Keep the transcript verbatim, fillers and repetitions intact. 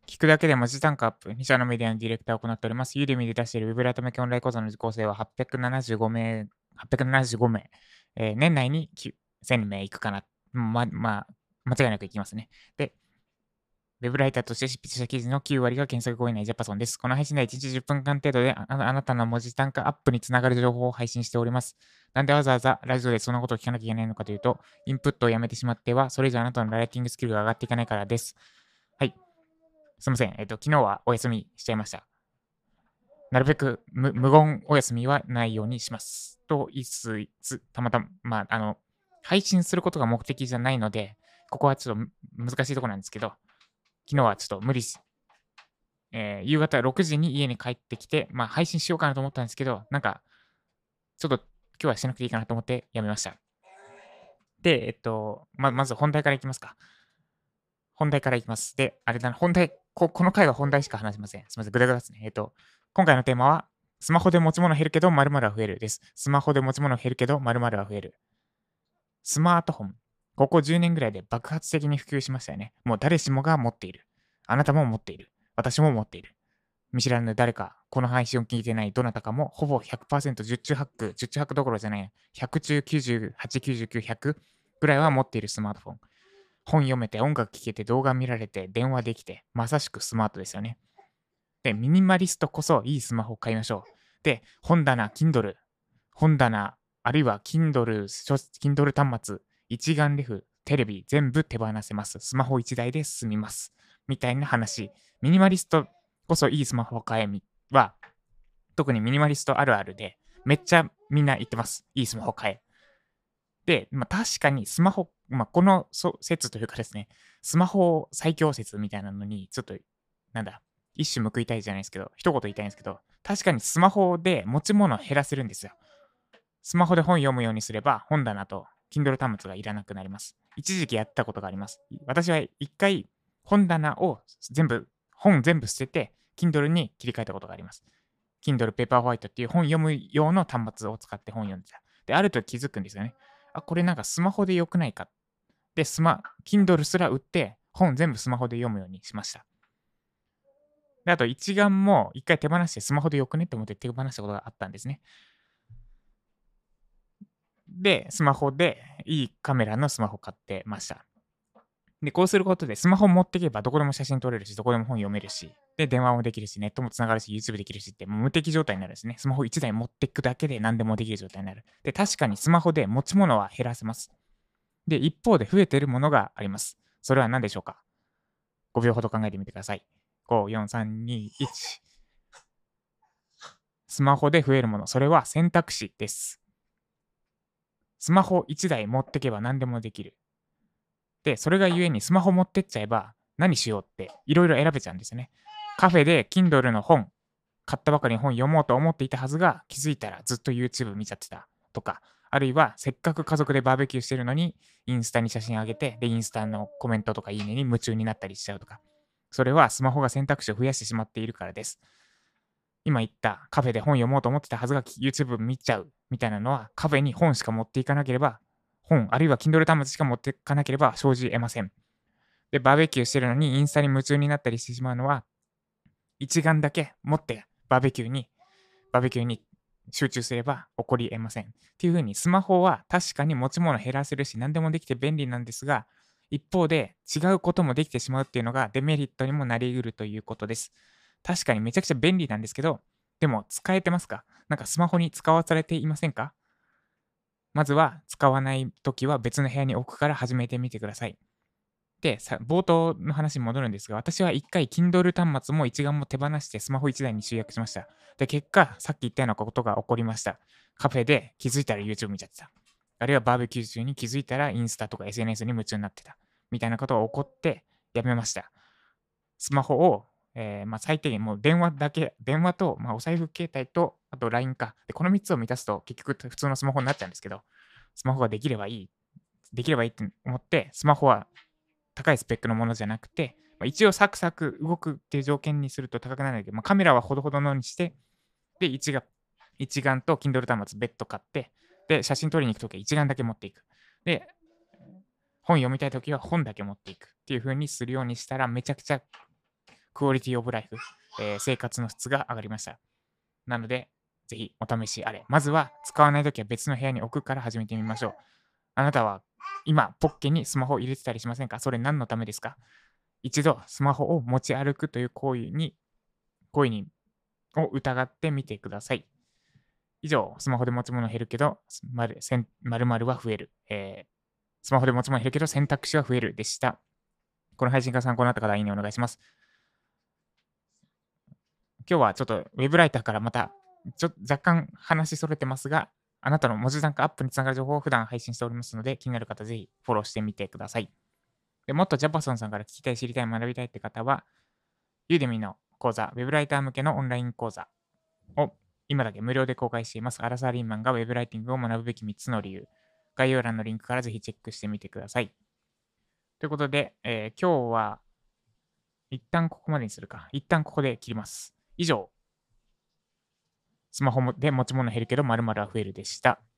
聞くだけで文字単価アップ。に社のメディアのディレクターを行っております。ユーデミで出しているウェブライト向けオンライン講座の受講生ははっぴゃくななじゅうご名、はっぴゃくななじゅうご名。えー年内にきゅう せん名いくかな。ま、まあ、間違いなくいきますね。で、ウェブライターとして執筆した記事のきゅう割が検索後以内ジャパソンです。この配信ではいちにちじゅっぷんかん程度であああなたの文字単価アップにつながる情報を配信しております。なんでわざわざラジオでそんなことを聞かなきゃいけないのかというと、インプットをやめてしまっては、それ以上あなたのライティングスキルが上がっていかないからです。はい。すいません。えっと、昨日はお休みしちゃいました。なるべく無無言お休みはないようにします。と言いつつ、たまたま、まあ、あの、配信することが目的じゃないので、ここはちょっとむ難しいところなんですけど、昨日はちょっと無理し、えー夕方ろくじに家に帰ってきて、まあ、配信しようかなと思ったんですけど、なんか、ちょっと今日はしなくていいかなと思ってやめました。で、えっと、ままず本題からいきますか。本題からいきます。で、あれだな、本題、ここの回は本題しか話しません。すみません、ぐだぐだですね。えっと、今回のテーマは、スマホで持ち物減るけど、〇〇は増えるです。スマホで持ち物減るけど、〇〇は増える。スマートフォン。ここじゅうねんぐらいで爆発的に普及しましたよね。もう誰しもが持っている。あなたも持っている。私も持っている。見知らぬ誰か、この配信を聞いてないどなたかも、ほぼひゃくパーセント、じゅっ中はち、じゅっ中はちどころじゃない、ひゃく中きゅうじゅうはち、きゅうじゅうきゅう、ひゃくぐらいは持っているスマートフォン。本読めて、音楽聴けて、動画見られて、電話できて、まさしくスマートですよね。で、ミニマリストこそいいスマホを買いましょう。で、本棚、Kindle、本棚、あるいは Kindle、書 Kindle 端末、一眼レフ、テレビ、全部手放せます。スマホ一台で済みます。みたいな話。ミニマリストこそいいスマホを買えみは、特にミニマリストあるあるで、めっちゃみんな言ってます。いいスマホ買え。で、まあ、確かにスマホ、まあ、このそ説というかですね、スマホ最強説みたいなのに、ちょっと、なんだ、一種報いたいじゃないですけど、一言言いたいんですけど、確かにスマホで持ち物を減らせるんですよ。スマホで本読むようにすれば、本棚と Kindle 端末がいらなくなります。一時期やったことがあります。私は一回、本棚を全部、本全部捨てて、Kindle に切り替えたことがあります。Kindle Paperwhite っていう本読む用の端末を使って本読んでた。で、あると気づくんですよね。あ、これなんかスマホで良くないか。で、スマ、Kindle すら売って、本全部スマホで読むようにしました。で、あと一眼も一回手放してスマホでよくねって思って手放したことがあったんですね。で、スマホでいいカメラのスマホ買ってました。で、こうすることでスマホ持っていけばどこでも写真撮れるし、どこでも本読めるし、で、電話もできるし、ネットもつながるし、YouTube できるしって、もう無敵状態になるんですね。スマホいちだい持っていくだけで何でもできる状態になる。で、確かにスマホで持ち物は減らせます。で、一方で増えているものがあります。それは何でしょうか？ ご 秒ほど考えてみてください。ご、よん、さん、に、いち。スマホで増えるもの。それは選択肢です。スマホいちだい持ってけば何でもできる。で、それがゆえにスマホ持ってっちゃえば何しようっていろいろ選べちゃうんですよね。カフェで Kindle の本、買ったばかりに本読もうと思っていたはずが気づいたらずっと YouTube 見ちゃってたとか、あるいはせっかく家族でバーベキューしてるのにインスタに写真上げて、で、インスタのコメントとかいいねに夢中になったりしちゃうとか。それはスマホが選択肢を増やしてしまっているからです。今言ったカフェで本読もうと思ってたはずが YouTube 見ちゃうみたいなのはカフェに本しか持っていかなければ、本あるいは Kindle 端末しか持っていかなければ生じ得ません。で、バーベキューしてるのにインスタに夢中になったりしてしまうのは、一眼だけ持ってバーベキューに、バーベキューに集中すれば起こり得ません。っていう風にスマホは確かに持ち物減らせるし何でもできて便利なんですが、一方で違うこともできてしまうっていうのがデメリットにもなり得るということです。確かにめちゃくちゃ便利なんですけど、でも使えてますか？なんかスマホに使わされていませんか？まずは使わないときは別の部屋に置くから始めてみてください。で、さ冒頭の話に戻るんですが、私は一回 Kindle 端末も一眼も手放してスマホ一台に集約しました。で、結果、さっき言ったようなことが起こりました。カフェで気づいたら YouTube 見ちゃってた。あるいはバーベキュー中に気づいたらインスタとか エスエヌエス に夢中になってた。みたいなことが起こってやめました。スマホを、えーまあ、最低限もう電話だけ、電話と、まあ、お財布携帯と、あと ライン か。で、このみっつを満たすと結局普通のスマホになっちゃうんですけど、スマホができればいい。できればいいって思って、スマホは高いスペックのものじゃなくて、まあ、一応サクサク動くっていう条件にすると高くなるんだけど、まあ、カメラはほどほどのにして、で、一眼一眼と Kindle 端末別途買って、で、写真撮りに行くときは一眼だけ持っていく。で、本読みたいときは本だけ持っていくっていう風にするようにしたらめちゃくちゃクオリティオブライフ、えー生活の質が上がりました。なので、ぜひお試しあれ。まずは使わないときは別の部屋に置くから始めてみましょう。あなたは今、ポッケにスマホを入れてたりしませんか？それ何のためですか？一度スマホを持ち歩くという行為に、行為にを疑ってみてください。以上、スマホで持ち物減るけど、まるせん〇〇は増える。えースマホで持ち物減るけど選択肢は増えるでした。この配信が参考になった方は、いいねお願いします。今日はちょっとウェブライターからまた、ちょっと若干話それてますが、あなたの文字単価アップにつながる情報を普段配信しておりますので、気になる方ぜひフォローしてみてください。でもっとジャパソンさんから聞きたい、知りたい、学びたいって方は、ユーデミの講座、ウェブライター向けのオンライン講座を今だけ無料で公開しています。アラサーリーマンがウェブライティングを学ぶべきみっつの理由。概要欄のリンクからぜひチェックしてみてください。ということで、えー今日は一旦ここまでにするか。一旦ここで切ります。以上、スマホで持ち物減るけど〇〇は増えるでした。